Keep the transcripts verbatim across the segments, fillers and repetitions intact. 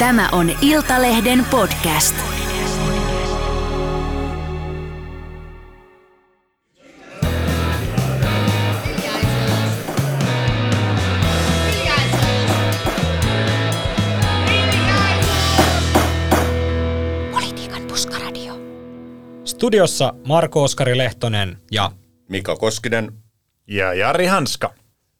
Tämä on Iltalehden podcast. Politiikan puskaradio. Studiossa Marko Oskari Lehtonen ja Mika Koskinen ja Jari Hanska.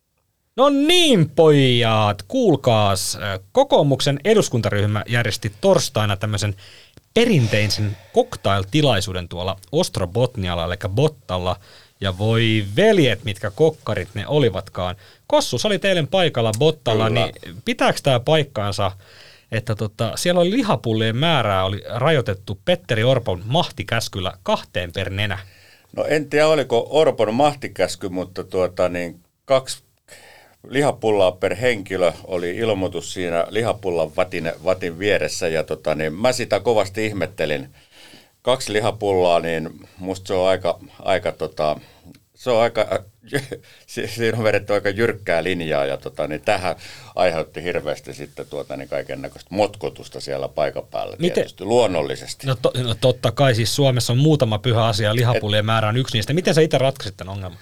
No niin pojat, kuulkaas, kokoomuksen eduskuntaryhmä järjesti torstaina tämmöisen perinteisen cocktail-tilaisuuden tuolla Ostrobotnialla, eli Bottalla, ja voi veljet, mitkä kokkarit ne olivatkaan. Kossus oli teille paikalla Bottalla, Kyllä. niin pitääkö tämä paikkaansa, että tota, siellä oli lihapullien määrää oli rajoitettu Petteri Orpon mahtikäskyllä kahteen per nenä? No en tiedä oliko Orpon mahtikäsky, mutta tuota niin kaksi lihapullaa per henkilö oli ilmoitus siinä lihapullan vatin, vatin vieressä ja tota, niin mä sitä kovasti ihmettelin. Kaksi lihapullaa, niin musta se on aika, aika tota, se on aika, siinä on vedetty aika jyrkkää linjaa ja tota, niin tähän aiheutti hirveästi sitten tuota, niin kaiken näköistä motkotusta siellä paikan päällä tietysti, luonnollisesti. No, to, no totta kai siis Suomessa on muutama pyhä asia, lihapullien määrä on yksi niistä. Miten sä itse ratkaisit tämän ongelman?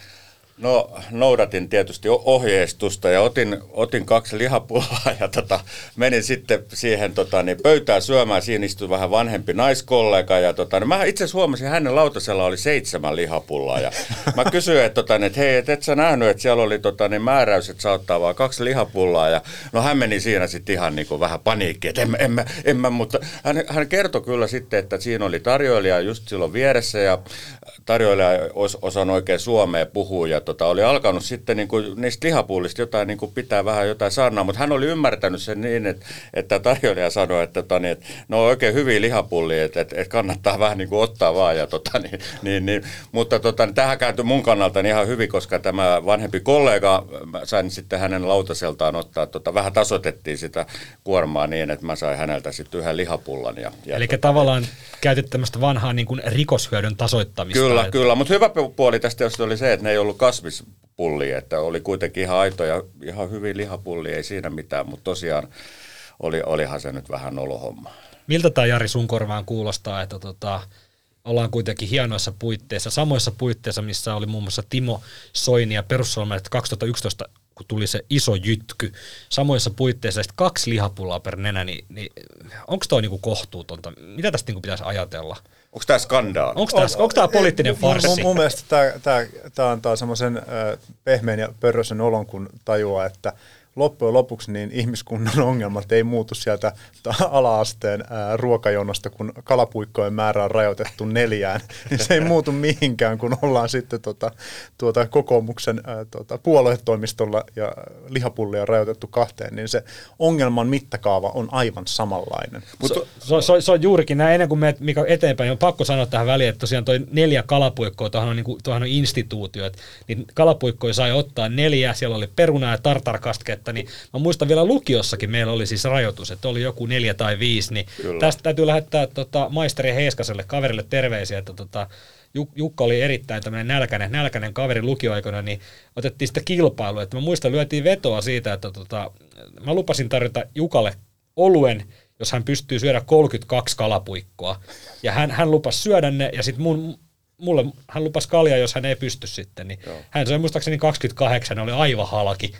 No noudatin tietysti ohjeistusta ja otin, otin kaksi lihapullaa ja tota, menin sitten siihen tota, niin pöytään syömään. Siinä istui vähän vanhempi naiskollega ja tota, niin mä itse asiassa huomasin, että hänen lautasella oli seitsemän lihapullaa ja mä kysyin, että, tota, niin, että hei, et, et sä nähnyt, että siellä oli tota, niin määräys, että saa ottaa vaan kaksi lihapullaa ja no hän meni siinä sitten ihan niin kuin vähän paniikkiin, että en, en, en, en mä, mutta hän, hän kertoi kyllä sitten, että siinä oli tarjoilija just silloin vieressä ja tarjoilija os, osannut oikein suomea puhua ja tota, oli alkanut sitten niin kuin niistä lihapullista jotain niin kuin pitää vähän jotain sanaa, mutta hän oli ymmärtänyt sen niin, että, että tarjoilija sanoi, että, että, että no oikein hyviä lihapullia, että, että, että kannattaa vähän niin kuin ottaa vaan. Ja, tota, niin, niin, niin, mutta tota, niin tähän kääntyi mun kannalta ihan hyvin, koska tämä vanhempi kollega, mä sain sitten hänen lautaseltaan ottaa, tota, vähän tasoitettiin sitä kuormaa niin, että mä sain häneltä sitten yhden lihapullan. Ja, ja Eli tota, tavallaan käytit tämmöistä vanhaa niin kuin rikoshyödyn tasoittamista. Kyllä, että... kyllä, mutta hyvä puoli tästä oli se, että ne ei ollut kasvispullia, että oli kuitenkin ihan aitoja, ihan hyvin lihapullia, ei siinä mitään, mutta tosiaan oli, olihan se nyt vähän olohomma. Miltä tämä Jari sun korvaan kuulostaa, että tota, ollaan kuitenkin hienoissa puitteissa, samoissa puitteissa, missä oli muun muassa Timo Soini ja perussuomalaiset kaksituhattayksitoista, kun tuli se iso jytky, samoissa puitteissa sitten kaksi lihapullaa per nenä, niin, niin onko toi niinku kohtuutonta? Mitä tästä niinku pitäisi ajatella? Onko tämä skandaali? Onko tämä poliittinen farssi? Mun, mun mielestä tämä antaa semmoisen äh, pehmeän ja pörrösen olon, kun tajuaa, että loppujen lopuksi niin ihmiskunnan ongelmat ei muutu sieltä ala-asteen ää, ruokajonosta, kun kalapuikkojen määrä on rajoitettu neljään, niin se ei muutu mihinkään, kun ollaan sitten tuota, tuota kokoomuksen ää, tuota, puoluetoimistolla ja lihapullia rajoitettu kahteen, niin se ongelman mittakaava on aivan samanlainen. Se, se, se, se on juurikin näin, ennen kuin menet Mika eteenpäin, on pakko sanoa tähän väliin, että tosiaan toi neljä kalapuikkoa, tuohan on, niin kuin, tuohan on instituutio, että niin kalapuikkoja sai ottaa neljä, siellä oli perunaa ja tartarkastketta, niin mä muistan vielä lukiossakin meillä oli siis rajoitus, että oli joku neljä tai viisi, niin Kyllä. tästä täytyy lähettää tota, maisteri Heiskaselle kaverille terveisiä, että tota, Jukka oli erittäin tämmöinen nälkäinen, nälkäinen kaveri lukioaikoina, niin otettiin sitä kilpailua, että mä muistan lyötiin vetoa siitä, että tota, mä lupasin tarjota Jukalle oluen, jos hän pystyy syödä kolmekymmentäkaksi kalapuikkoa, ja hän, hän lupasi syödä ne, ja sitten mun mulle hän lupasi kaljaa, jos hän ei pysty sitten, niin Joo. hän söi muistaakseni kaksikymmentäkahdeksan, ne oli aivan halki.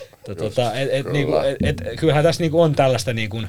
Tota, et, et, niinku, et, et, kyllähän tässä niinku on tällaista, niinku,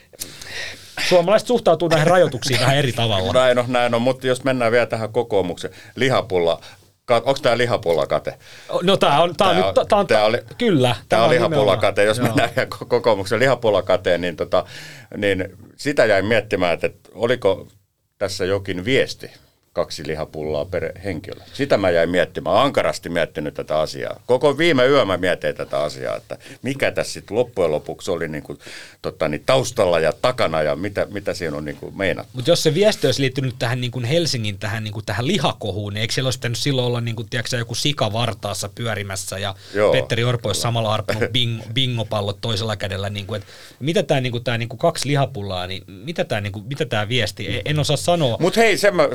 suomalaiset suhtautuu näihin rajoituksiin vähän eri tavalla. Näin on, näin on, mutta jos mennään vielä tähän kokoomuksen lihapulla, onko tämä lihapullakate? No tämä on, tää on, tää on, nyt, tää on, tää oli, kyllä. Tämä on lihapullakate, jos Joo. mennään kokoomuksen lihapullakateen, niin, tota, niin sitä jäin miettimään, että oliko tässä jokin viesti. Kaksi lihapullaa per henkilö. Sitä mä jäin miettimään, ankarasti miettinyt tätä asiaa. Koko viime yö mä mietin tätä asiaa, että mikä tässä sitten loppujen lopuksi oli niin kuin, totta, niin taustalla ja takana ja mitä, mitä siinä on niin kuin meinattu. Mutta jos se viesti olisi liittynyt tähän niin kuin Helsingin tähän, niin kuin tähän lihakohuun, niin eikö siellä olisi pitänyt silloin olla niin kuin, tiedätkö, joku sika vartaassa pyörimässä ja Joo, Petteri Orpo olisi samalla arpannut bing, bingopallot toisella kädellä. Niin kuin, että mitä tämä niin kuin, niin kuin kaksi lihapullaa, niin mitä tämä niin kuin, mitä tämä viesti? En osaa sanoa. Mutta hei, sen verran vielä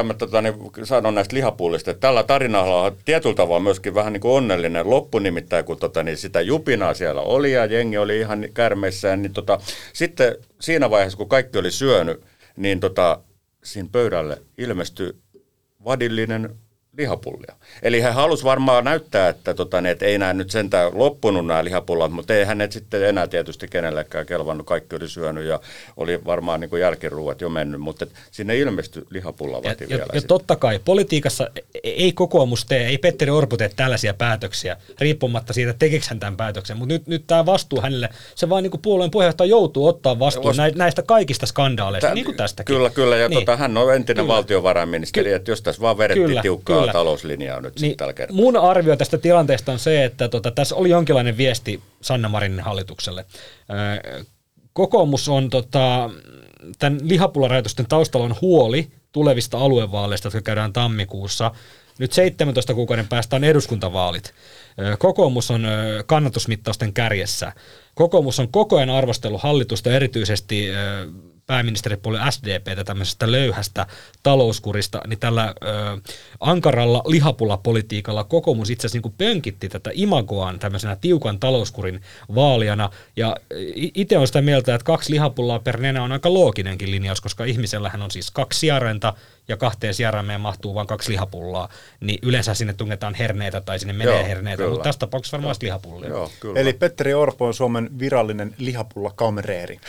mä tota, niin sanon näistä lihapullista, että tällä tarinalla on tietyllä tavalla myöskin vähän niin kuin onnellinen loppu, nimittäin kun tota, niin sitä jupinaa siellä oli ja jengi oli ihan kärmeissään, niin tota, sitten siinä vaiheessa, kun kaikki oli syönyt, niin tota, siinä pöydälle ilmestyi vadillinen lihapullia. Eli hän halusi varmaan näyttää, että, tota, että ei nämä nyt sentään loppunut nämä lihapullat, mutta ei hänet sitten enää tietysti kenellekään kelvannut. Kaikki oli syönyt ja oli varmaan niin kuin jälkiruuat jo mennyt, mutta sinne ilmestyi lihapullavati vielä. Ja, ja totta kai politiikassa ei kokoomus tee, ei Petteri Orpo tee tällaisia päätöksiä, riippumatta siitä, tekikö hän tämän päätöksen, mutta nyt, nyt tämä vastuu hänelle, se vaan niin kuin puolueen puheenjohtaja joutuu ottaa vastuun Vast... näistä kaikista skandaaleista, Tän, niin kuin tästäkin. Kyllä, kyllä, ja niin. tota, hän on entinen kyllä. valtiovarainministeri, Ky- että jos tässä vaan vedettiin kyllä, tiukkaa kyllä. talouslinjaa nyt niin, tällä kertaa. Mun arvio tästä tilanteesta on se, että tota, tässä oli jonkinlainen viesti Sanna Marinin hallitukselle. Öö, kokoomus on tota, tämän lihapullarajoitusten taustalla on huoli tulevista aluevaaleista, jotka käydään tammikuussa. Nyt seitsemäntoista kuukauden päästä on eduskuntavaalit. Öö, kokoomus on öö, kannatusmittausten kärjessä. Kokoomus on koko ajan arvostellut hallitusta erityisesti öö, pääministeripuolue S D P:tä tämmöisestä löyhästä talouskurista, niin tällä ö, ankaralla lihapullapolitiikalla kokoomus itse asiassa niin kuin pönkitti tätä imagoaan tämmöisenä tiukan talouskurin vaalijana, ja itse on sitä mieltä, että kaksi lihapullaa per nenä on aika looginenkin linjaus, koska ihmisellähän on siis kaksi sierainta, ja kahteen sieraimeen mahtuu vain kaksi lihapullaa, niin yleensä sinne tungetaan herneitä tai sinne menee Joo, herneitä, kyllä. mutta tässä tapauksessa varmaan Joo. lihapullia. Joo, Eli Petteri Orpo on Suomen virallinen lihapullakamereeri.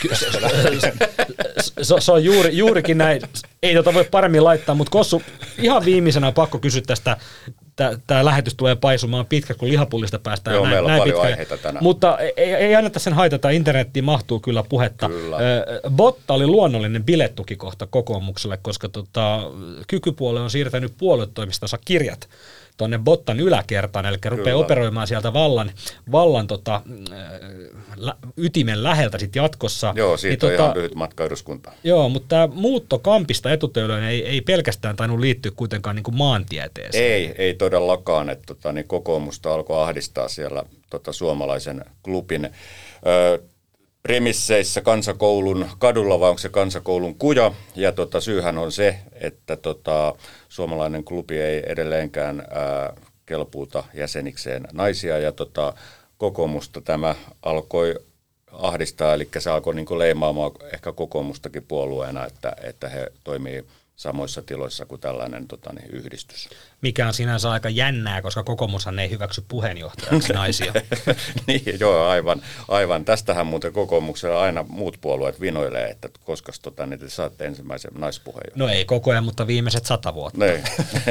se, se on juuri, juurikin näin, ei tota voi paremmin laittaa, mutta Kossu, ihan viimeisenä on pakko kysyä tästä, tämä lähetys tulee paisumaan pitkä, kun lihapullista päästään Joo, näin, meillä on näin paljon pitkä. aiheita tänään. Mutta ei, ei anneta sen haitata, internettiin mahtuu kyllä puhetta. Kyllä. Botta oli luonnollinen bilettukikohta kokoomukselle, koska tota, kykypuolue on siirtänyt puoluetoimistansa kirjat tuonne Bottan yläkertaan, eli rupeaa Kyllä. operoimaan sieltä vallan, vallan tota, lä, ytimen läheltä sit jatkossa. Joo, siitä niin, on tota, ihan lyhyt matka eduskuntaan. Joo, mutta tämä muutto Kampista Etutöölöön ei, ei pelkästään tainnut liittyä kuitenkaan niin kuin maantieteeseen. Ei, ei todellakaan, että tota, niin kokoomusta alkoi ahdistaa siellä tota, suomalaisen klubin ö, premisseissä kansakoulun kadulla, vai onko se kansakoulun kuja, ja tota, syyhän on se, että tota, suomalainen klubi ei edelleenkään ää, kelpuuta jäsenikseen naisia, ja tota, kokoomusta tämä alkoi ahdistaa, eli se alkoi niin kuin leimaamaan ehkä kokoomustakin puolueena, että, että he toimii samoissa tiloissa kuin tällainen tota, niin, yhdistys. Mikä on sinänsä aika jännää, koska kokoomushan ei hyväksy puheenjohtajaksi naisia. Niin, joo, aivan, aivan. Tästähän muuten kokoomuksella aina muut puolueet vinoilee, että koska tota, niin te saatte ensimmäisen naispuheenjohtajan. No ei koko ajan, mutta viimeiset sata vuotta. Niin.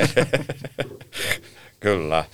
Kyllä.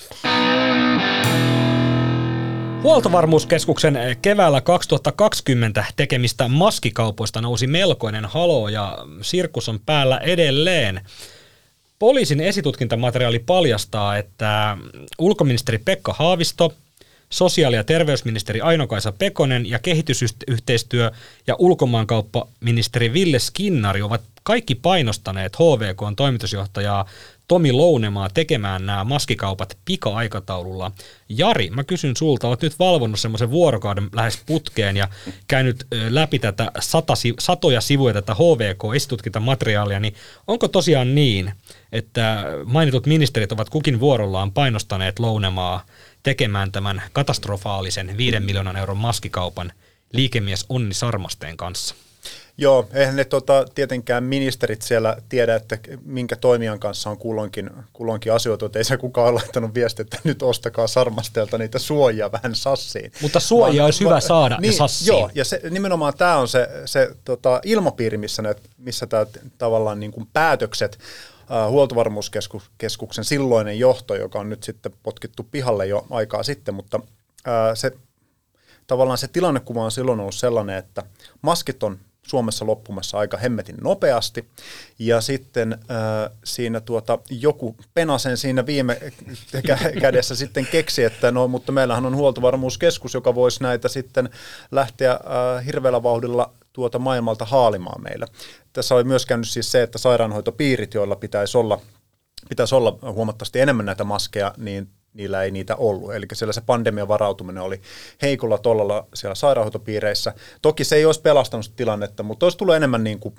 Huoltovarmuuskeskuksen keväällä kaksituhattakaksikymmentä tekemistä maskikaupoista nousi melkoinen haloo ja sirkus on päällä edelleen. Poliisin esitutkintamateriaali paljastaa, että ulkoministeri Pekka Haavisto, sosiaali- ja terveysministeri Aino-Kaisa Pekonen ja kehitysyhteistyö- ja ulkomaankauppaministeri Ville Skinnari ovat kaikki painostaneet H V K:n toimitusjohtajaa Tomi Lounemaa tekemään nämä maskikaupat pika-aikataululla. Jari, mä kysyn sulta, olet nyt valvonnut semmoisen vuorokauden lähes putkeen ja käynyt läpi tätä sata, satoja sivuja tätä H V K-esitutkintamateriaalia, niin onko tosiaan niin, että mainitut ministerit ovat kukin vuorollaan painostaneet Lounemaa tekemään tämän katastrofaalisen viiden miljoonan euron maskikaupan liikemies Onni Sarmasteen kanssa? Joo, eihän ne tota, tietenkään ministerit siellä tiedä, että minkä toimijan kanssa on kulloinkin, kulloinkin asioita, että ei se kukaan ole laittanut viestiä, että nyt ostakaa Sarmasteelta niitä suojia vähän sassiin. Mutta suojia olisi hyvä saada niin, ja sassiin. Joo, ja se, nimenomaan tämä on se, se tota, ilmapiiri, missä, ne, missä tämä tavallaan niin kuin päätökset, Uh, huoltovarmuuskeskuksen silloinen johto, joka on nyt sitten potkittu pihalle jo aikaa sitten, mutta uh, se, tavallaan se tilannekuva on silloin ollut sellainen, että maskit on Suomessa loppumassa aika hemmetin nopeasti, ja sitten äh, siinä tuota, joku penasen siinä viime kä- kädessä sitten keksi, että no, mutta meillähän on huoltovarmuuskeskus, joka voisi näitä sitten lähteä äh, hirveällä vauhdilla tuota maailmalta haalimaan meillä. Tässä oli myös käynyt siis se, että sairaanhoitopiirit, joilla pitäisi olla, pitäisi olla huomattavasti enemmän näitä maskeja, niin niillä ei niitä ollut. Eli siellä se pandemian varautuminen oli heikolla tollalla siellä sairaanhoitopiireissä. Toki se ei olisi pelastanut tilannetta, mutta olisi tullut enemmän niin kuin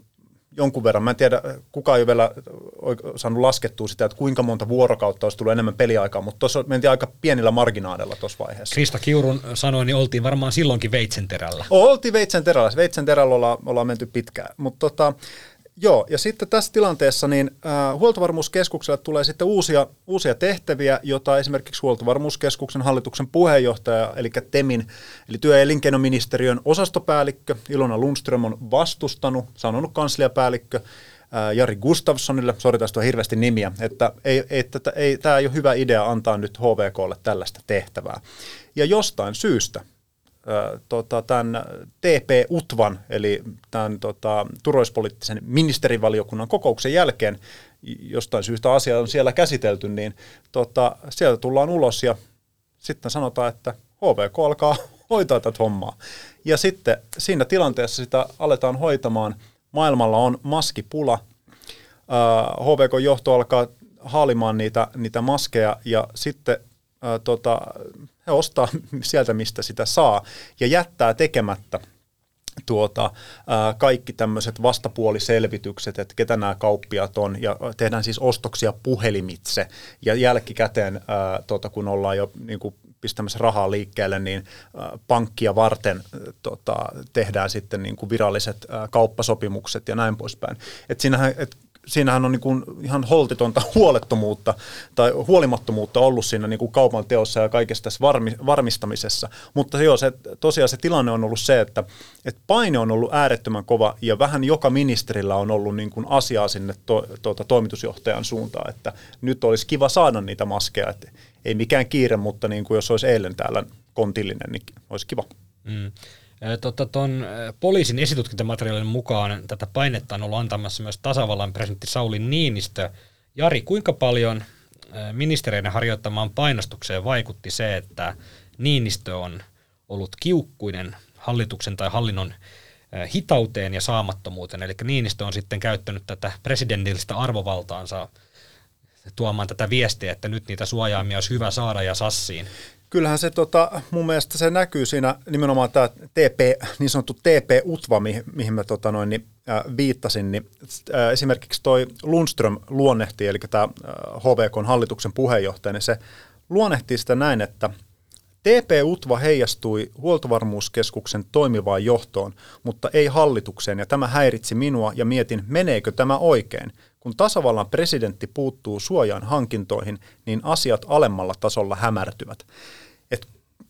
jonkun verran. Mä en tiedä, kukaan ei ole vielä saanut laskettua sitä, että kuinka monta vuorokautta olisi tullut enemmän peliaikaa, mutta tuossa mentiin aika pienillä marginaaleilla tuossa vaiheessa. Krista Kiurun sanoi, niin oltiin varmaan silloinkin veitsenterällä. Oltiin veitsenterällä. Veitsenterällä ollaan, ollaan menty pitkään. Mutta tota, joo, ja sitten tässä tilanteessa niin äh, Huoltovarmuuskeskukselle tulee sitten uusia, uusia tehtäviä, joita esimerkiksi Huoltovarmuuskeskuksen hallituksen puheenjohtaja, eli TEMin, eli työ- ja elinkeinoministeriön osastopäällikkö Ilona Lundström on vastustanut, sanonut kansliapäällikkö äh, Jari Gustafssonille, sori tästä on hirveästi nimiä, että ei, ei, tätä, ei, tämä ei ole hyvä idea antaa nyt H V K:lle tällaista tehtävää. Ja jostain syystä Tota, tämän T P-U T Van, eli tämän tota, turvallisuuspoliittisen ministerivaliokunnan kokouksen jälkeen, jostain syystä asia on siellä käsitelty, niin tota, sieltä tullaan ulos ja sitten sanotaan, että H V K alkaa hoitaa tätä hommaa. Ja sitten siinä tilanteessa sitä aletaan hoitamaan. Maailmalla on maskipula. H V K-johto alkaa haalimaan niitä, niitä maskeja ja sitten ää, tota, he ostaa sieltä, mistä sitä saa, ja jättää tekemättä tuota, ää, kaikki tämmöiset vastapuoliselvitykset, että ketä nämä kauppiaat on, ja tehdään siis ostoksia puhelimitse, ja jälkikäteen, ää, tuota, kun ollaan jo niin kuin pistämässä rahaa liikkeelle, niin ää, pankkia varten ää, tota, tehdään sitten niin kuin viralliset ää, kauppasopimukset ja näin poispäin. Et siinähän, et, Siinähän on niin kuin ihan holtitonta huolettomuutta tai huolimattomuutta ollut siinä niin kuin kaupan teossa ja kaikessa tässä varmi, varmistamisessa. Mutta joo, se, tosiaan se tilanne on ollut se, että, että paine on ollut äärettömän kova ja vähän joka ministerillä on ollut niin kuin asiaa sinne to, tuota, toimitusjohtajan suuntaan, että nyt olisi kiva saada niitä maskeja. Että ei mikään kiire, mutta niin kuin jos olisi eilen täällä kontillinen, niin olisi kiva. Mm. Tota, ton poliisin esitutkintamateriaalin mukaan tätä painetta on ollut antamassa myös tasavallan presidentti Sauli Niinistö. Jari, kuinka paljon ministereiden harjoittamaan painostukseen vaikutti se, että Niinistö on ollut kiukkuinen hallituksen tai hallinnon hitauteen ja saamattomuuteen, eli Niinistö on sitten käyttänyt tätä presidentillistä arvovaltaansa tuomaan tätä viestiä, että nyt niitä suojaamia olisi hyvä saada ja sassiin. Kyllähän se tota, mun mielestä se näkyy siinä nimenomaan tämä T P, niin sanottu T P-U T V A, mihin, mihin mä tota noin, niin, äh, viittasin, niin äh, esimerkiksi toi Lundström luonnehti, eli tämä äh, H V K:n hallituksen puheenjohtaja, niin se luonnehtii sitä näin, että T P-U T V A heijastui Huoltovarmuuskeskuksen toimivaan johtoon, mutta ei hallitukseen, ja tämä häiritsi minua ja mietin, meneekö tämä oikein. Kun tasavallan presidentti puuttuu suojaan hankintoihin, niin asiat alemmalla tasolla hämärtyvät. Et,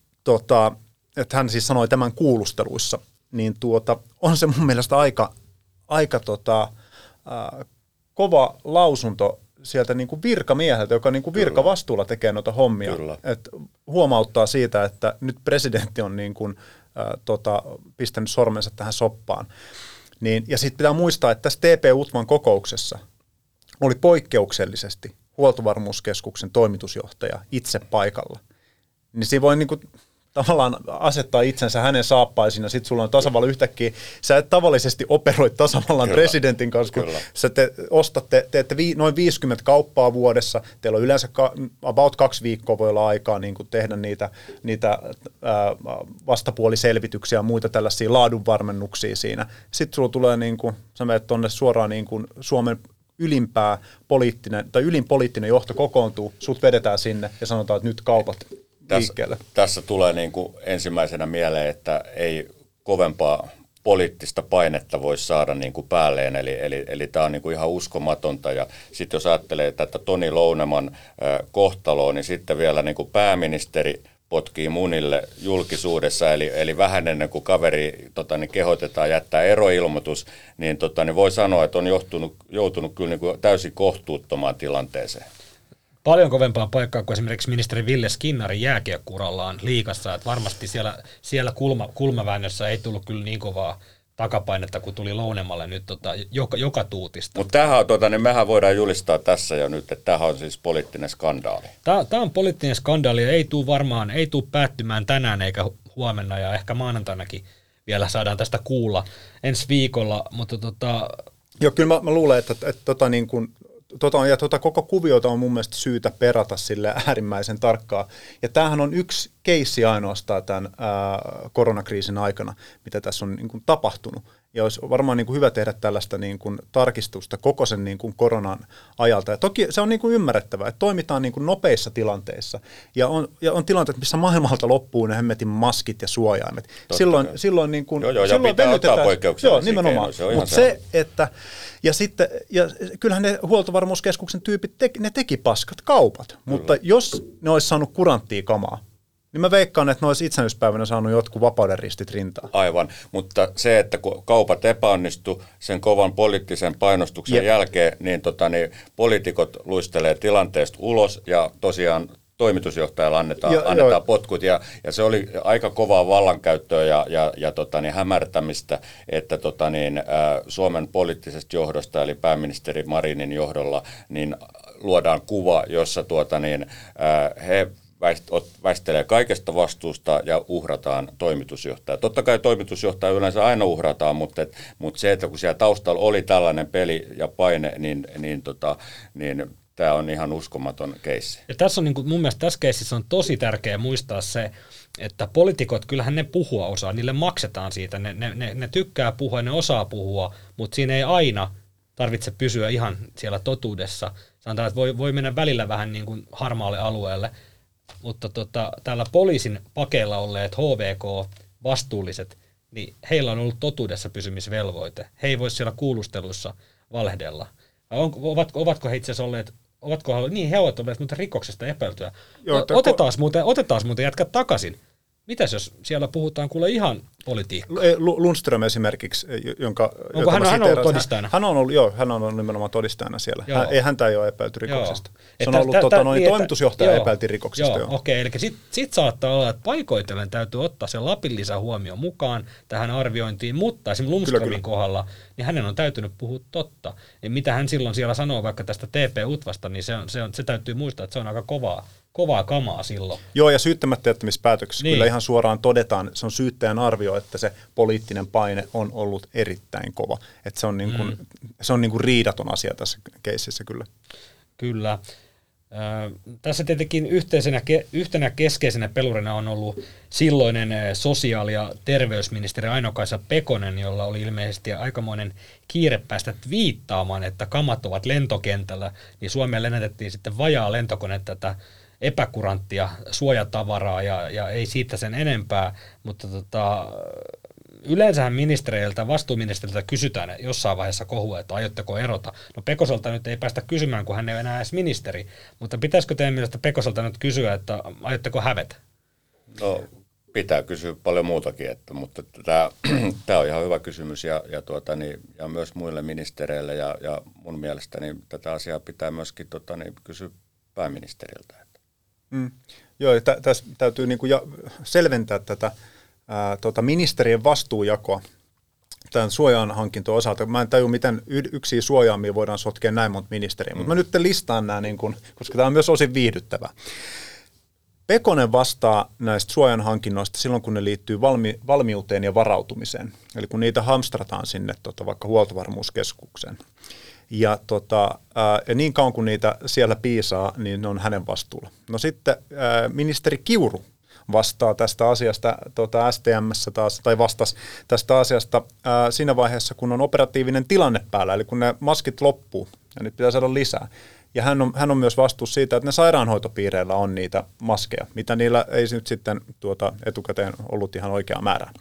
tota, et hän siis sanoi tämän kuulusteluissa, niin tuota, on se mun mielestä aika, aika tota, äh, kova lausunto sieltä niin kuin virkamieheltä, joka niin kuin virkavastuulla tekee noita hommia. Et huomauttaa siitä, että nyt presidentti on niin kuin, äh, tota, pistänyt sormensa tähän soppaan. Niin, ja sitten pitää muistaa, että tässä T P-U T V A:n kokouksessa oli poikkeuksellisesti Huoltovarmuuskeskuksen toimitusjohtaja itse paikalla. Niin siinä voi niin kuin tavallaan asettaa itsensä hänen saappaisiin, ja sitten sulla on tasavallan yhtäkkiä, sä et tavallisesti operoi tasavallan Kyllä. presidentin kanssa, kun Kyllä. sä te ostatte, teette vi, noin viisikymmentä kauppaa vuodessa, teillä on yleensä ka, about kaksi viikkoa voi olla aikaa niin kuin tehdä niitä, niitä ää, vastapuoliselvityksiä ja muita tällaisia laadunvarmennuksia siinä. Sitten sulla tulee, niin kuin, sä menet tuonne suoraan niin kuin Suomen ylimpää poliittinen, tai ylin poliittinen johto kokoontuu, sut vedetään sinne ja sanotaan, että nyt kaupat liikkeelle. Tässä, tässä tulee niin kuin ensimmäisenä mieleen, että ei kovempaa poliittista painetta voi saada niin kuin päälleen, eli, eli, eli tämä on niin kuin ihan uskomatonta. Ja sitten jos ajattelee tätä Toni Louneman äh, kohtaloa, niin sitten vielä niin kuin pääministeri potkii munille julkisuudessa, eli, eli vähän ennen kuin kaveri tota, niin kehotetaan jättää eroilmoitus, niin, tota, niin voi sanoa, että on johtunut, joutunut kyllä niin kuin täysin kohtuuttomaan tilanteeseen. Paljon kovempaa paikkaa kuin esimerkiksi ministeri Ville Skinnarin jääkiekko-urallaan liigassa, että varmasti siellä, siellä kulma, kulmaväännössä ei tullut kyllä niin kovaa takapainetta, kun tuli Lounemalle nyt tota, joka, joka tuutista. Mutta tämähän on, tota, niin mehän voidaan julistaa tässä jo nyt, että tämähän on siis poliittinen skandaali. Tämä, tämä on poliittinen skandaali ja ei tule varmaan, ei tule päättymään tänään eikä huomenna ja ehkä maanantainakin vielä saadaan tästä kuulla ensi viikolla, mutta tota... Joo, kyllä mä, mä luulen, että, että, että tota niin kuin Tota, ja tota koko kuviota on mun mielestä syytä perata sille äärimmäisen tarkkaan. Ja tämähän on yksi keissi ainoastaan tämän ää, koronakriisin aikana, mitä tässä on niin kuin tapahtunut. Ja olisi varmaan niin kuin hyvä tehdä tällaista niin kuin tarkistusta koko sen niin kuin koronan ajalta. Ja toki se on niin kuin ymmärrettävää, että toimitaan niin kuin nopeissa tilanteissa. Ja on, ja on tilanteet, missä maailmalta loppuu ne hemmetin maskit ja suojaimet. Totta silloin, silloin, niin kuin, joo, joo, silloin pitää ottaa poikkeuksia. Joo, nimenomaan. Se Mutta se, että... Ja sitten, ja kyllähän ne huoltovarmuuskeskuksen tyypit, te, ne teki paskat kaupat. Kyllä. Mutta jos ne olisi saanut kuranttia kamaa, niin mä veikkaan, että ne olisi itsenäisyyspäivänä saanut jotkut vapauden ristit rintaan. Aivan, mutta se, että kun kaupat epäonnistu sen kovan poliittisen painostuksen Jep. jälkeen, niin, tota, niin poliitikot luistelee tilanteesta ulos ja tosiaan toimitusjohtajalle annetaan, jo, annetaan jo. potkut. Ja, ja se oli aika kovaa vallankäyttöä ja, ja, ja tota, niin hämärtämistä, että tota, niin, ä, Suomen poliittisesta johdosta, eli pääministeri Marinin johdolla, niin luodaan kuva, jossa tuota, niin, ä, he väistelee kaikesta vastuusta ja uhrataan toimitusjohtaja. Totta kai toimitusjohtaja yleensä aina uhrataan, mutta, et, mutta se, että kun siellä taustalla oli tällainen peli ja paine, niin, niin, tota, niin tämä on ihan uskomaton keissi. Ja tässä on niin kuin, mun mielestä tässä keississä on tosi tärkeää muistaa se, että poliitikot, kyllähän ne puhua osaa, niille maksetaan siitä, ne, ne, ne, ne tykkää puhua, ne osaa puhua, mutta siinä ei aina tarvitse pysyä ihan siellä totuudessa. Sanotaan, että voi, voi mennä välillä vähän niin kuin harmaalle alueelle, mutta tota, täällä poliisin pakeilla olleet H V K-vastuulliset, niin heillä on ollut totuudessa pysymisvelvoite. He ei voi siellä kuulusteluissa valehdella. On, ovat, ovatko he itse asiassa olleet, ovatko he, niin he ovat olleet mutta rikoksesta epäiltyä. Joo, otetaan ko- muuten, otetaan muuten jätkät takaisin. Mitäs jos siellä puhutaan kuule ihan politiikkaa? Lundström esimerkiksi, jonka... Onko hän, hän ollut todistajana? Hän on ollut, joo, hän on ollut nimenomaan todistajana siellä. Hän, ei häntä ei ole epäilty rikoksesta. Joo. Se on että, ollut tä, tota, tä, noin niin, toimitusjohtaja joo, epäilti rikoksesta. Joo, okei, okay, eli sitten sit saattaa olla, että paikoitellen täytyy ottaa se Lapin lisähuomio mukaan tähän arviointiin, mutta esimerkiksi Lundströmin kohdalla, niin hänen on täytynyt puhua totta. Ja mitä hän silloin siellä sanoo vaikka tästä T P-UTVasta, niin se, on, se, on, se täytyy muistaa, että se on aika kovaa. Kovaa kamaa silloin. Joo, ja syyttämättä jättämispäätöksessä niin. Kyllä ihan suoraan todetaan, se on syyttäjän arvio, että se poliittinen paine on ollut erittäin kova. Että se on, niin kuin, mm. se on niin kuin riidaton asia tässä keississä kyllä. Kyllä. Äh, tässä tietenkin yhteisenä, yhtenä keskeisenä pelurina on ollut silloinen sosiaali- ja terveysministeri Aino-Kaisa Pekonen, jolla oli ilmeisesti aikamoinen kiire päästä viittaamaan, että kamat ovat lentokentällä, niin Suomeen lennätettiin sitten vajaa lentokone tätä epäkuranttia suojatavaraa ja, ja ei siitä sen enempää, mutta tota, yleensähän ministereiltä, vastuuministeriltä kysytään jossain vaiheessa kohua, että aiotteko erota. No Pekoselta nyt ei päästä kysymään, kun hän ei ole enää edes ministeri, mutta pitäisikö teidän mielestä Pekoselta nyt kysyä, että aiotteko hävetä? No pitää kysyä paljon muutakin, että, mutta tämä on ihan hyvä kysymys ja, ja, tuota, niin, ja myös muille ministereille ja, ja mun mielestä niin tätä asiaa pitää myöskin tota, niin, kysyä pääministeriltä. Mm. Joo, ja tä, tässä täytyy niinku ja, selventää tätä ää, tota, ministerien vastuujakoa tämän suojaan hankintoon osalta. Mä en tajua, miten yksiä suojaamia voidaan sotkea näin monta ministeriä, mm. mutta mä nyt listaan nämä, niin kun, koska tämä on myös osin viihdyttävää. Pekonen vastaa näistä suojanhankinnoista silloin, kun ne liittyy valmi, valmiuteen ja varautumiseen. Eli kun niitä hamstrataan sinne tota, vaikka huoltovarmuuskeskukseen. Ja, tota, ää, ja niin kauan kun niitä siellä piisaa, niin ne on hänen vastuulla. No sitten ää, ministeri Kiuru vastaa tästä asiasta tota S T M:ssä taas, tai vastasi tästä asiasta ää, siinä vaiheessa, kun on operatiivinen tilanne päällä, eli kun ne maskit loppuu ja nyt pitää saada lisää. Ja hän on, hän on myös vastuussa siitä, että ne sairaanhoitopiireillä on niitä maskeja, mitä niillä ei nyt sitten tuota, etukäteen ollut ihan oikea määrä.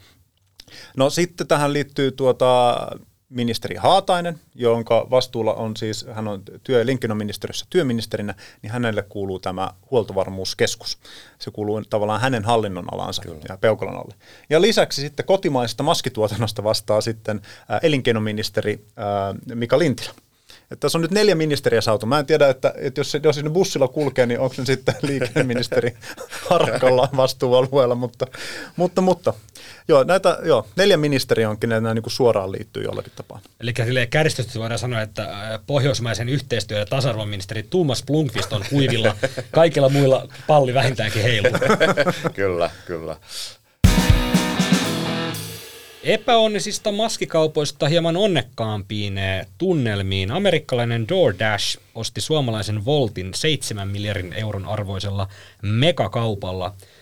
No sitten tähän liittyy tuota, ministeri Haatainen, jonka vastuulla on siis, hän on työ- ja elinkeinoministeriössä työministerinä, niin hänelle kuuluu tämä huoltovarmuuskeskus. Se kuuluu tavallaan hänen hallinnon alansa Kyllä. ja Peukalon alle. Ja lisäksi sitten kotimaisesta maskituotannosta vastaa sitten ää, elinkeinoministeri ää, Mika Lintilä. Että tässä on nyt neljä ministeriä saatu. Mä en tiedä, että, että jos, jos sinne bussilla kulkee, niin onko se sitten liikenneministeri Harakalla vastuualueella, mutta, mutta, mutta joo, näitä, joo, neljä ministeriä onkin, nämä niin kuin suoraan liittyy jollakin tapaa. Eli silleen kärjistetysti voidaan sanoa, että pohjoismaisen yhteistyö- ja tasa-arvoministeri Thomas Blomqvist on kuivilla, kaikilla muilla palli vähintäänkin heiluu. Kyllä, kyllä. Epäonnisista maskikaupoista hieman onnekkaampiin tunnelmiin. Amerikkalainen DoorDash osti suomalaisen Woltin seitsemän miljardin euron arvoisella megakaupalla.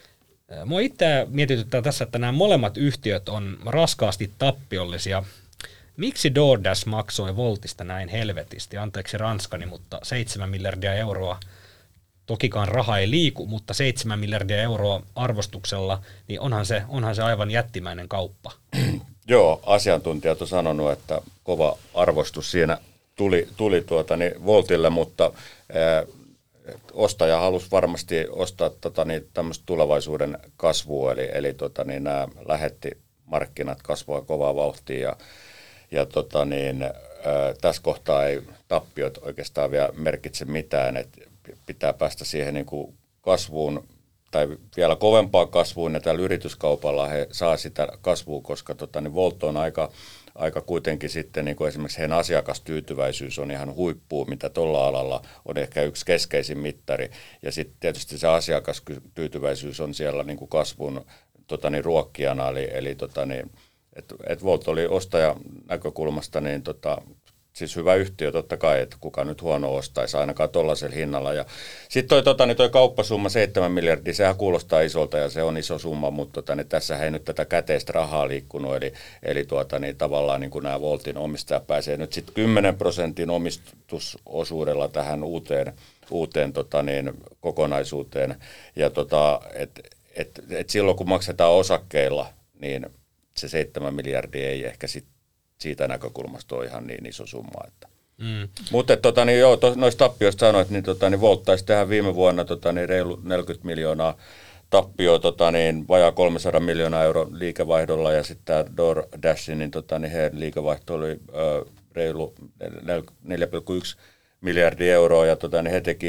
Mua itse mietityttää tässä, että nämä molemmat yhtiöt on raskaasti tappiollisia. Miksi DoorDash maksoi Woltista näin helvetisti? Anteeksi ranskani, mutta seitsemän miljardia euroa. Tokikaan raha ei liiku, mutta seitsemän miljardia euroa arvostuksella, niin onhan se, onhan se aivan jättimäinen kauppa. Joo, asiantuntijat on sanonut, että kova arvostus siinä tuli, tuli tuota, niin Woltille, mutta ää, ostaja halusi varmasti ostaa tota, niin, tämmöistä tulevaisuuden kasvua, eli, eli tota, niin, nämä lähetti markkinat kasvaa kovaa vauhtia ja, ja tota, niin, ää, tässä kohtaa ei tappiot oikeastaan vielä merkitse mitään, että pitää päästä siihen niin kuin kasvuun tai vielä kovempaan kasvuun, ja tällä yrityskaupalla he saa sitä kasvua, koska tota, niin Wolt on aika, aika kuitenkin sitten, niin kuin esimerkiksi heidän asiakastyytyväisyys on ihan huippua, mitä tuolla alalla on ehkä yksi keskeisin mittari, ja sitten tietysti se asiakastyytyväisyys on siellä niin kuin kasvun tota, niin ruokkijana, eli, eli tota, niin, että et Wolt oli ostajan näkökulmasta niin tota, siis hyvä yhtiö totta kai, että kuka nyt huono ostaisi ainakaan tuollaisella hinnalla. Ja sitten toi, tota, niin toi kauppasumma seitsemän miljardia, sehän kuulostaa isolta ja se on iso summa, mutta tota, niin tässä ei nyt tätä käteistä rahaa liikkunut. Eli, eli tuota, niin tavallaan niin nämä Woltin omistajat pääsee nyt sitten kymmenen prosentin omistusosuudella tähän uuteen, uuteen tota, niin, kokonaisuuteen. Ja tota, et, et, et silloin kun maksetaan osakkeilla, niin se seitsemän miljardia ei ehkä sitten siitä näkökulmasta on ihan niin iso summa. Että. Mm. Mutta tota, niin joo, to, noista tappioista sanoit, niin, tota, niin Wolt taisi tehdä viime vuonna tota, niin reilu neljäkymmentä miljoonaa tappioa, tota, niin vajaa kolmesataa miljoonaa euro liikevaihdolla, ja sitten tämä DoorDash, niin, tota, niin heidän liikevaihto oli ö, reilu neljä pilkku yksi miljardia euroa, ja tota, niin he teki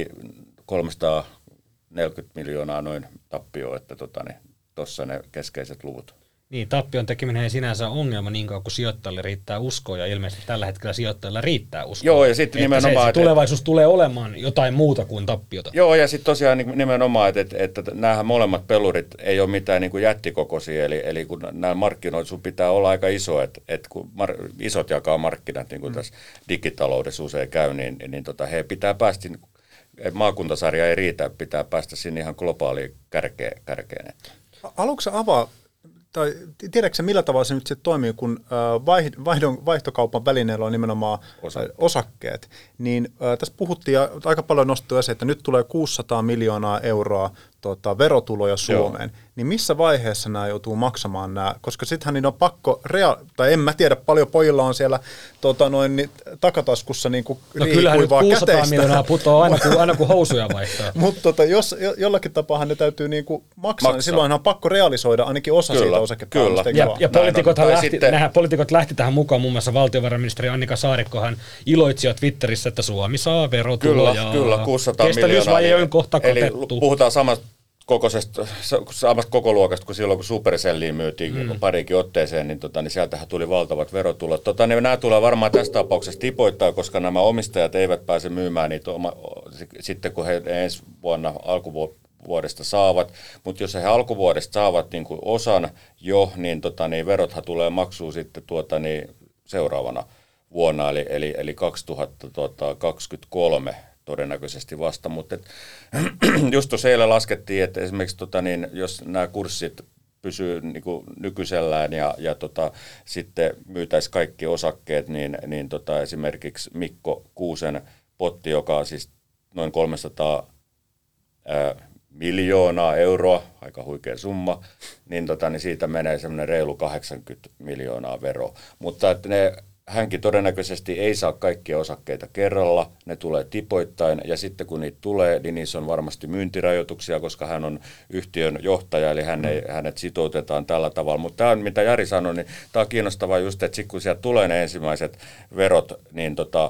kolmesataaneljäkymmentä miljoonaa noin tappioa, että tota, niin, tuossa ne keskeiset luvut. Niin, tappion tekeminen ei sinänsä ongelma niin kauan kuin sijoittajille riittää uskoa, ja ilmeisesti tällä hetkellä sijoittajilla riittää uskoa. Joo, ja sitten nimenomaan... Se, se tulevaisuus että, tulee olemaan jotain muuta kuin tappiota. Joo, ja sitten tosiaan nimenomaan, että, että, että nämä molemmat pelurit ei ole mitään niin kuin jättikokoisia, eli, eli kun nämä markkinoit, sun pitää olla aika iso, että, että kun mar, isot jakaa markkinat, niin kuin mm. tässä digitaloudessa usein käy, niin, niin tota, he pitää päästä, maakuntasarja ei riitä, pitää päästä sinne ihan globaaliin kärkeen. kärkeen. Haluatko sä avaa, tai tiedätkö millä tavalla se nyt sitten toimii, kun vaihdon, vaihtokaupan välineellä on nimenomaan Osa. osakkeet, niin äh, tässä puhuttiin ja aika paljon nostettu esiin, että nyt tulee kuusisataa miljoonaa euroa tota, verotuloja Suomeen, Joo. niin missä vaiheessa nämä joutuu maksamaan nämä, koska sittenhän niin on pakko, rea- tai en mä tiedä paljon pojilla on siellä tota, noin, niin, takataskussa niin kuin no kyllähän nyt kuusisataa käteistä. Miljoonaa putoaa aina, kun, aina kun housuja vaihtaa. Mutta tota, jos jo, jollakin tapaahan ne täytyy niin kuin maksaa, maksaa, niin silloinhan on pakko realisoida ainakin osa kyllä, siitä osakepääomasta. Ja, ja poliitikothan lähti, sitten... nämä poliitikot lähti tähän mukaan, muun muassa valtiovarainministeri Annika Saarikkohan iloitsi Twitterissä, että Suomi saa verotuloja. Kyllä, kyllä kuusisataa miljoonaa. Kestävyysvaje on kohta katettu. Eli puhutaan samasta kokoisesta, samasta kokoluokasta kuin silloin, kun Supercelliin myytiin mm. parikin otteeseen, niin, tota, niin sieltähän tuli valtavat verotulot. Tota, niin nämä tulee varmaan tässä tapauksessa tipoittaa, koska nämä omistajat eivät pääse myymään niitä oma, sitten, kun he ensi vuonna alkuvuodesta saavat. Mutta jos he alkuvuodesta saavat niin kuin osan jo, niin, tota, niin verothan tulee maksuun sitten tuota, niin seuraavana vuonna, eli, eli, eli kaksituhattakaksikymmentäkolme. Todennäköisesti vasta, mutta et, just tuossa eilen laskettiin, että esimerkiksi tota, niin, jos nämä kurssit pysyy niin kuin nykyisellään ja, ja tota, sitten myytäisiin kaikki osakkeet, niin, niin tota, esimerkiksi Mikko Kuusen potti, joka on siis noin kolmesataa ää, miljoonaa euroa, aika huikea summa, niin, tota, niin siitä menee semmoinen reilu kahdeksankymmentä miljoonaa veroa, mutta että ne hänkin todennäköisesti ei saa kaikkia osakkeita kerralla, ne tulee tipoittain, ja sitten kun niitä tulee, niin niissä on varmasti myyntirajoituksia, koska hän on yhtiön johtaja, eli hän ei, hänet sitoutetaan tällä tavalla. Mutta tämä on, mitä Jari sanoi, niin tämä on kiinnostavaa just, että sitten kun sieltä tulee ne ensimmäiset verot, niin tota,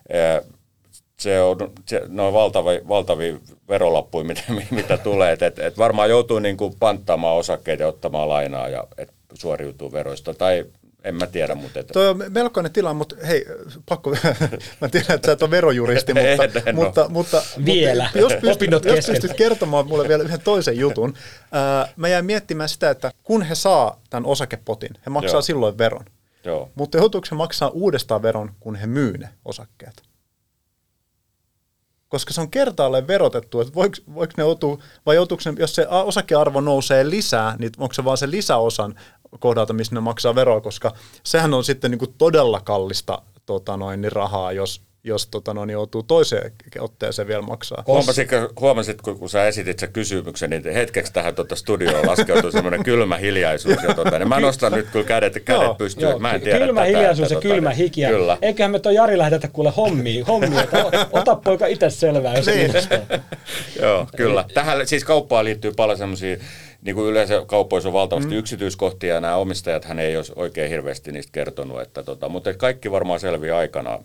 se on, se, ne on valtavia, valtavia verolappuja, mitä, mitä tulee, että et, et varmaan joutuu niin kuin panttaamaan osakkeita ja ottamaan lainaa, ja et suoriutuu veroista, tai en mä tiedä, mutta... Että... Tuo on melkoinen tila, mutta hei, pakko... mä tiedän, että sä et ole verojuristi, mutta... en, en mutta, mutta Vielä, mutta, jos pystyt, opinnot jos kesken. pystyt kertomaan mulle vielä yhden toisen jutun. Ää, mä jäin miettimään sitä, että kun he saa tämän osakepotin, he maksaa Joo. silloin veron. Joo. Mutta joutuuko he maksaa uudestaan veron, kun he myy ne osakkeet? koska se on kertaalleen verotettu, että voiko, voiko ne joutua, vai joutuuko ne, jos se osakearvo nousee lisää, niin onko se vaan se lisäosan kohdalta, missä ne maksaa veroa, koska sehän on sitten niin kuin todella kallista tota noin, niin rahaa, jos jos tota, no, niin joutuu toiseen otteeseen vielä maksaa. Huomasitko, huomasitko, kun sä esitit sen kysymyksen, niin hetkeksi tähän tuota studioon laskeutui semmoinen kylmä hiljaisuus. Ja tuota, niin mä nostan nyt kyllä kädet, kädet pystyyn. Mä en tiedä kylmä tätä, hiljaisuus että, ja tuota, kylmä hiki. Kyllä. Eiköhän me toi Jari lähdetä kuule hommiin. hommia. Ota poika itse selvää, jos niin. Joo, kyllä. Tähän siis kauppaan liittyy paljon semmoisia, niin kuin yleensä kaupoissa on valtavasti mm. yksityiskohtia, ja nämä omistajat hän ei olisi oikein hirveästi niistä kertonut. Että, tota, mutta kaikki varmaan selviää aikanaan.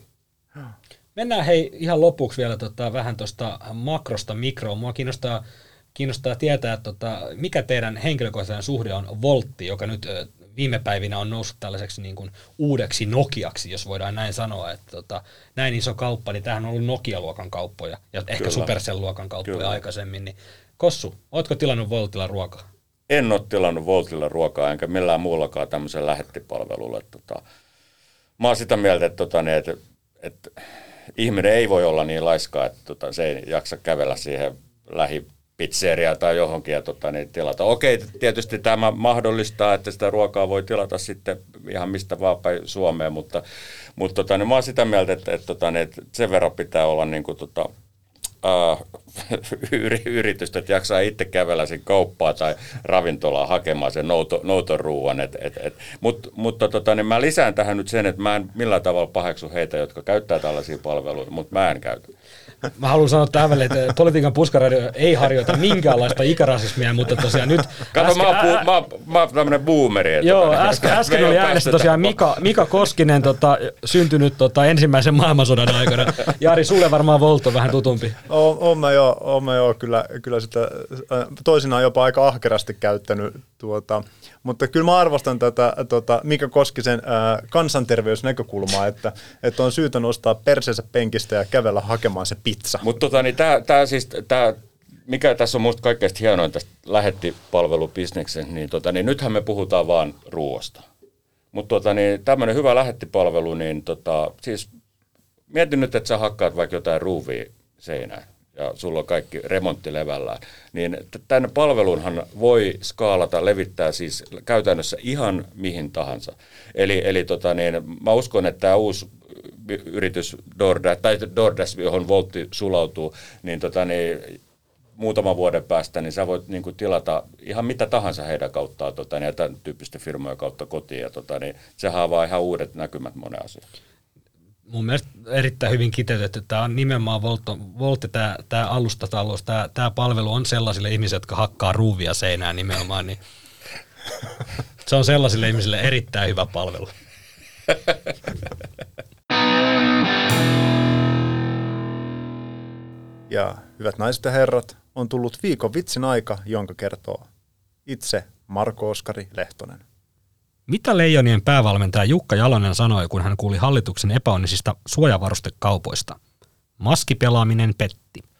Mennään hei ihan lopuksi vielä tota, vähän tuosta makrosta mikroon. Mua kiinnostaa, kiinnostaa tietää, että tota, mikä teidän henkilökohtainen suhde on Wolttiin, joka nyt ö, viime päivinä on noussut tällaiseksi niin kuin uudeksi Nokiaksi, jos voidaan näin sanoa. Että tota, näin iso kauppa, niin tämähän on ollut Nokia-luokan kauppoja ja ehkä Kyllä. Supercell-luokan kauppoja Kyllä. aikaisemmin. Niin, Kossu, ootko tilannut Woltilla ruokaa? En ole tilannut Woltilla ruokaa, enkä millään muullakaan tämmöisen lähettipalvelulle. Tota, mä oon sitä mieltä, että, tota, että, että ihminen ei voi olla niin laiskaa, että tota, se ei jaksa kävellä siihen lähipizzeriaan tai johonkin ja tota, niin tilata. Okei, tietysti tämä mahdollistaa, että sitä ruokaa voi tilata sitten ihan mistä vaan päin Suomeen, mutta, mutta tota, niin mä oon sitä mieltä, että, että, että, että sen verran pitää olla niin kuin, tota, Uh, yritystä, että jaksaa itse kävellä sen kauppaa tai ravintolaa hakemaan sen nouto, nouton ruuan. Et, et, et. Mut, mutta tota, niin mä lisään tähän nyt sen, että mä en millään tavalla paheksu heitä, jotka käyttää tällaisia palveluita, mutta mä en käytä. Mä haluan sanoa tähän väliin, että Politiikan puskaradio ei harjoita minkäänlaista ikärasismia, mutta tosiaan nyt... Kato, äsken, mä, oon ää, mä, mä oon tämmönen boomeri. Joo, äsken, äsken oli äänestä tosiaan Mika, Mika Koskinen, tota, syntynyt tota, ensimmäisen maailmansodan aikana. Jari, sulle varmaan Volt on vähän tutumpi. Oon, oon mä joo, oon mä joo kyllä, kyllä sitä toisinaan jopa aika ahkerasti käyttänyt. Tuota, mutta kyllä mä arvostan tätä tota, Mika Koskisen ää, kansanterveysnäkökulmaa, että, että on syytä nostaa perseensä penkistä ja kävellä hakemaan se pizza. Mutta tota, niin tää, tää siis, tää, mikä tässä on musta kaikkein hienoin tästä lähettipalvelubisneksen, niin, tota, niin nythän me puhutaan vaan ruoasta. Mutta tota, niin, tämmöinen hyvä lähettipalvelu, niin tota, siis mietin nyt, että sä hakkaat vaikka jotain ruuvia seinään ja sulla on kaikki remontti levällään, niin tämän palvelunhan voi skaalata, levittää siis käytännössä ihan mihin tahansa. Eli, eli tota niin, mä uskon, että tämä uusi yritys DoorDash, tai DoorDash, johon Woltti sulautuu, niin, tota niin muutaman vuoden päästä niin sä voit niin kuin tilata ihan mitä tahansa heidän kauttaan tota, niin, ja tämän tyyppisten firmojen kautta kotiin, ja tota, niin, sehän avaa ihan uudet näkymät monen asiaan. Mun mielestä erittäin hyvin kiteytetty. Tämä on nimenomaan Woltti, tämä, tämä alustatalous, tämä, tämä palvelu on sellaisille ihmisille, jotka hakkaa ruuvia seinään nimenomaan, niin se on sellaisille ihmisille erittäin hyvä palvelu. Ja hyvät naiset ja herrat, on tullut viikon vitsin aika, jonka kertoo itse Marko-Oskari Lehtonen. Mitä Leijonien päävalmentaja Jukka Jalonen sanoi, kun hän kuuli hallituksen epäonnisista suojavarustekaupoista? Maskipelaaminen petti.